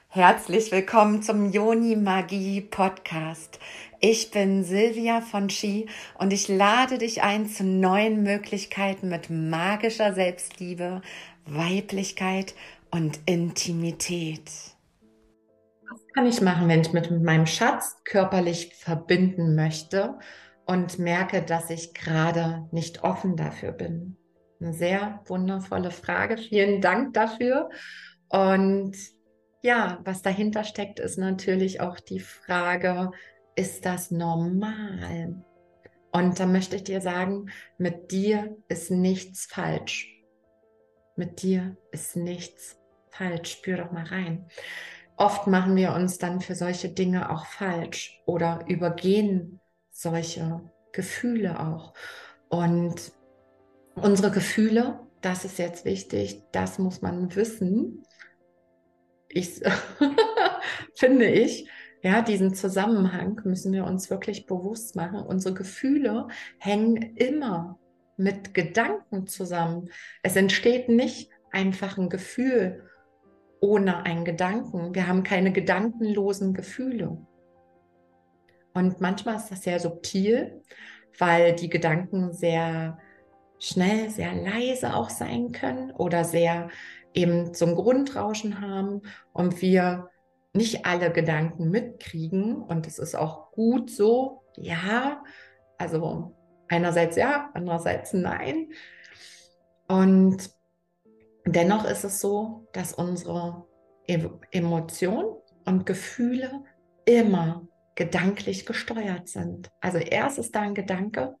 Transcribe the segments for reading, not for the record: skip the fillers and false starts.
Herzlich willkommen zum Yoni Magie Podcast. Ich bin Silvia von Chi und ich lade dich ein zu neuen Möglichkeiten mit magischer Selbstliebe, Weiblichkeit und Intimität. Was kann ich machen, wenn ich mit meinem Schatz körperlich verbinden möchte und merke, dass ich gerade nicht offen dafür bin? Eine sehr wundervolle Frage. Vielen Dank dafür. Und ja, was dahinter steckt, ist natürlich auch die Frage, ist das normal? Und da möchte ich dir sagen, mit dir ist nichts falsch. Mit dir ist nichts falsch. Spür doch mal rein. Oft machen wir uns dann für solche Dinge auch falsch oder übergehen solche Gefühle auch. Und unsere Gefühle, das ist jetzt wichtig, das muss man wissen. Ich finde ich, ja, diesen Zusammenhang müssen wir uns wirklich bewusst machen. Unsere Gefühle hängen immer mit Gedanken zusammen. Es entsteht nicht einfach ein Gefühl ohne einen Gedanken. Wir haben keine gedankenlosen Gefühle. Und manchmal ist das sehr subtil, weil die Gedanken sehr schnell, sehr leise auch sein können oder sehr eben so ein Grundrauschen haben und wir nicht alle Gedanken mitkriegen. Und es ist auch gut so, ja, also einerseits ja, andererseits nein. Und dennoch ist es so, dass unsere Emotionen und Gefühle immer gedanklich gesteuert sind. Also erst ist da ein Gedanke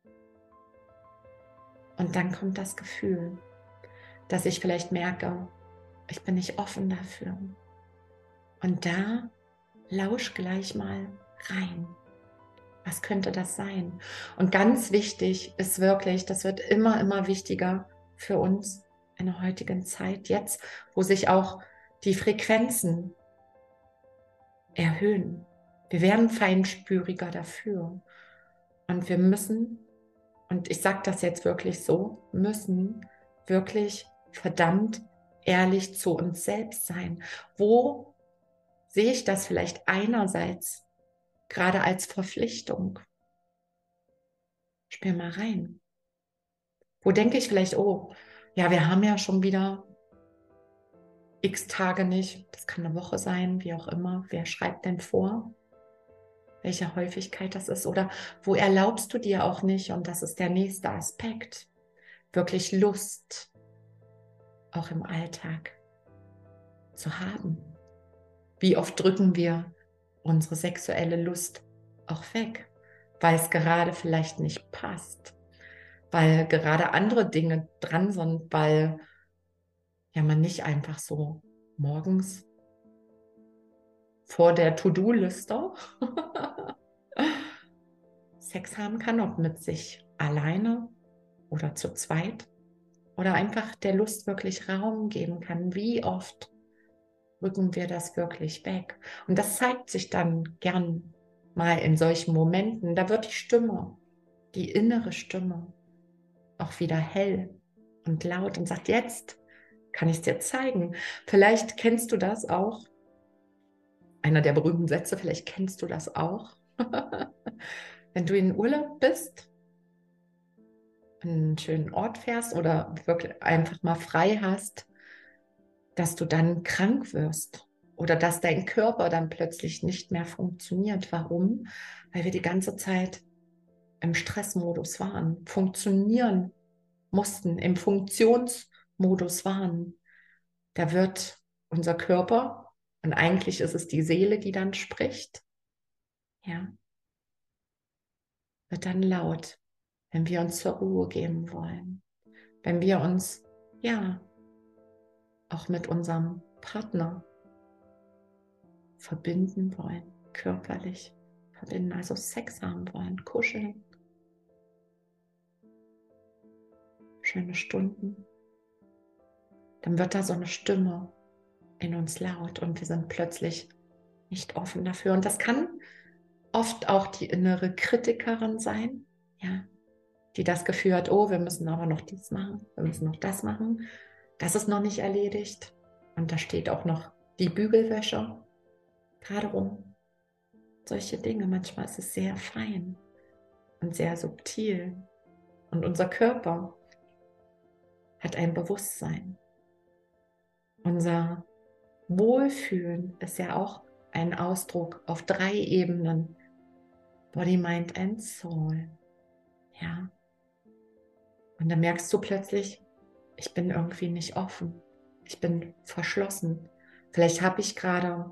und dann kommt das Gefühl, dass ich vielleicht merke, ich bin nicht offen dafür. Und da lausch gleich mal rein. Was könnte das sein? Und ganz wichtig ist wirklich, das wird immer, immer wichtiger für uns in der heutigen Zeit, jetzt, wo sich auch die Frequenzen erhöhen. Wir werden feinspüriger dafür. Und wir müssen, und ich sage das jetzt wirklich so, müssen wirklich verdammt ehrlich zu uns selbst sein. Wo sehe ich das vielleicht einerseits gerade als Verpflichtung? Spür mal rein. Wo denke ich vielleicht, oh, ja, wir haben ja schon wieder x Tage nicht, das kann eine Woche sein, wie auch immer. Wer schreibt denn vor, welche Häufigkeit das ist? Oder wo erlaubst du dir auch nicht, und das ist der nächste Aspekt, wirklich Lust auch im Alltag zu haben? Wie oft drücken wir unsere sexuelle Lust auch weg, weil es gerade vielleicht nicht passt, weil gerade andere Dinge dran sind, weil ja man nicht einfach so morgens vor der To-Do-Liste Sex haben kann, ob mit sich alleine oder zu zweit oder einfach der Lust wirklich Raum geben kann. Wie oft rücken wir das wirklich weg? Und das zeigt sich dann gern mal in solchen Momenten. Da wird die Stimme, die innere Stimme auch wieder hell und laut und sagt, jetzt kann ich es dir zeigen. Vielleicht kennst du das auch. Einer der berühmten Sätze, vielleicht kennst du das auch. Wenn du in Urlaub bist, an einen schönen Ort fährst oder wirklich einfach mal frei hast, dass du dann krank wirst oder dass dein Körper dann plötzlich nicht mehr funktioniert. Warum? Weil wir die ganze Zeit im Stressmodus waren, funktionieren mussten, im Funktionsmodus waren. Da wird unser Körper, und eigentlich ist es die Seele, die dann spricht, ja, wird dann laut, wenn wir uns zur Ruhe geben wollen, wenn wir uns, ja, auch mit unserem Partner verbinden wollen, körperlich verbinden, also Sex haben wollen, kuscheln, schöne Stunden, dann wird da so eine Stimme in uns laut und wir sind plötzlich nicht offen dafür. Und das kann oft auch die innere Kritikerin sein, ja, die das Gefühl hat, oh, wir müssen aber noch dies machen, wir müssen noch das machen, das ist noch nicht erledigt und da steht auch noch die Bügelwäsche, gerade rum. Solche Dinge, manchmal ist es sehr fein und sehr subtil. Und unser Körper hat ein Bewusstsein. Unser Wohlfühlen ist ja auch ein Ausdruck auf 3 Ebenen. Body, Mind and Soul. Ja. Und dann merkst du plötzlich, ich bin irgendwie nicht offen. Ich bin verschlossen. Vielleicht habe ich gerade,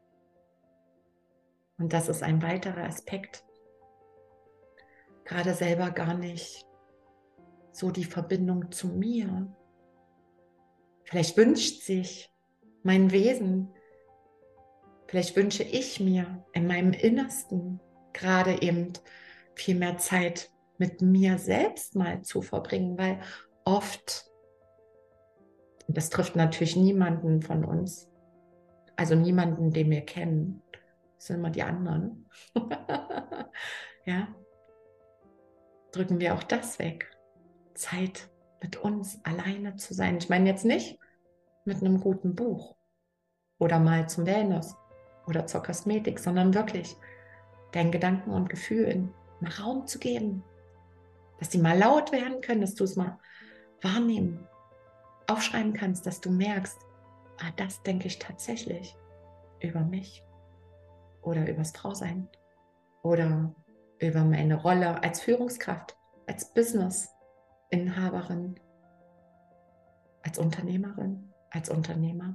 und das ist ein weiterer Aspekt, gerade selber gar nicht so die Verbindung zu mir. Vielleicht wünscht sich mein Wesen, vielleicht wünsche ich mir in meinem Innersten gerade eben viel mehr Zeit mit mir selbst mal zu verbringen, weil oft, das trifft natürlich niemanden von uns, also niemanden, den wir kennen, das sind immer die anderen, ja, drücken wir auch das weg, Zeit mit uns alleine zu sein. Ich meine jetzt nicht mit einem guten Buch oder mal zum Wellness oder zur Kosmetik, sondern wirklich deinen Gedanken und Gefühlen mal Raum zu geben, dass die mal laut werden können, dass du es mal wahrnehmen, aufschreiben kannst, dass du merkst, das denke ich tatsächlich über mich oder übers Frausein oder über meine Rolle als Führungskraft, als Business-Inhaberin, als Unternehmerin, als Unternehmer.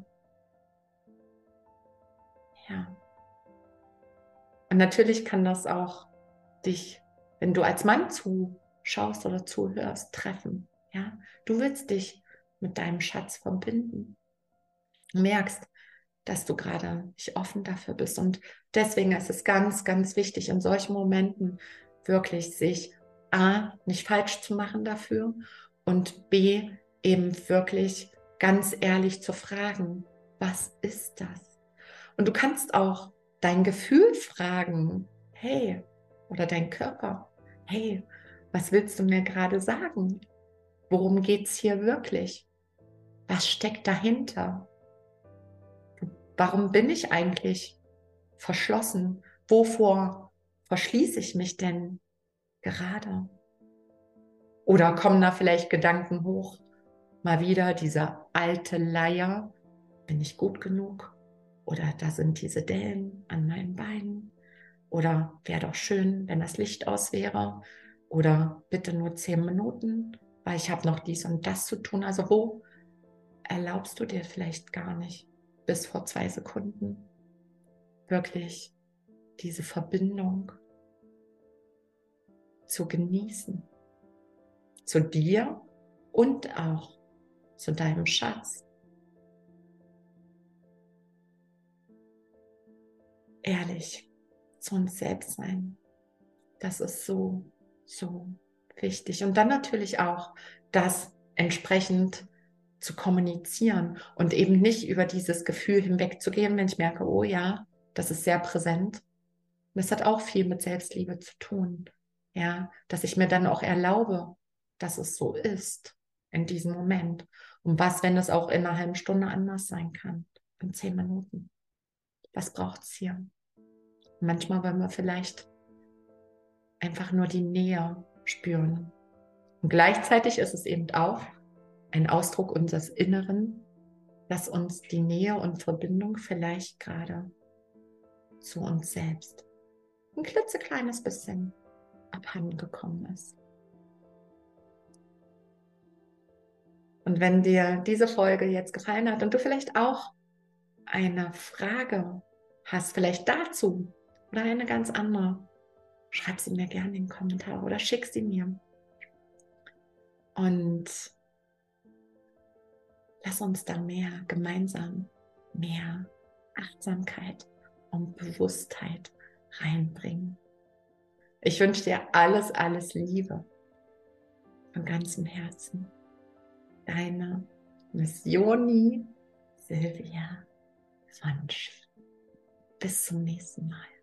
Ja. Und natürlich kann das auch dich, wenn du als Mann zuschaust oder zuhörst, treffen. Ja? Du willst dich mit deinem Schatz verbinden. Du merkst, dass du gerade nicht offen dafür bist. Und deswegen ist es ganz, ganz wichtig, in solchen Momenten wirklich sich A, nicht falsch zu machen dafür und B, eben wirklich ganz ehrlich zu fragen, was ist das? Und du kannst auch dein Gefühl fragen, hey, oder dein Körper, hey, was willst du mir gerade sagen? Worum geht es hier wirklich? Was steckt dahinter? Warum bin ich eigentlich verschlossen? Wovor verschließe ich mich denn gerade? Oder kommen da vielleicht Gedanken hoch? Mal wieder dieser alte Leier, bin ich gut genug? Oder da sind diese Dellen an meinen Beinen? Oder wäre doch schön, wenn das Licht aus wäre? Oder bitte nur 10 Minuten, weil ich habe noch dies und das zu tun. Also wo erlaubst du dir vielleicht gar nicht bis vor 2 Sekunden wirklich diese Verbindung zu genießen, zu dir und auch zu deinem Schatz. Ehrlich zu uns selbst sein, das ist so, so wichtig. Und dann natürlich auch das entsprechend zu kommunizieren und eben nicht über dieses Gefühl hinwegzugehen, wenn ich merke, oh ja, das ist sehr präsent. Und das hat auch viel mit Selbstliebe zu tun. Ja, dass ich mir dann auch erlaube, dass es so ist in diesem Moment. Und was, wenn es auch in einer halben Stunde anders sein kann, in 10 Minuten? Was braucht es hier? Manchmal wollen wir vielleicht einfach nur die Nähe spüren. Und gleichzeitig ist es eben auch ein Ausdruck unseres Inneren, dass uns die Nähe und Verbindung vielleicht gerade zu uns selbst ein klitzekleines bisschen abhanden gekommen ist. Und wenn dir diese Folge jetzt gefallen hat und du vielleicht auch eine Frage hast, vielleicht dazu oder eine ganz andere, schreib sie mir gerne in den Kommentar oder schick sie mir. Und lass uns da gemeinsam mehr Achtsamkeit und Bewusstheit reinbringen. Ich wünsche dir alles, alles Liebe von ganzem Herzen. Deine Missioni Silvia von Chi. Bis zum nächsten Mal.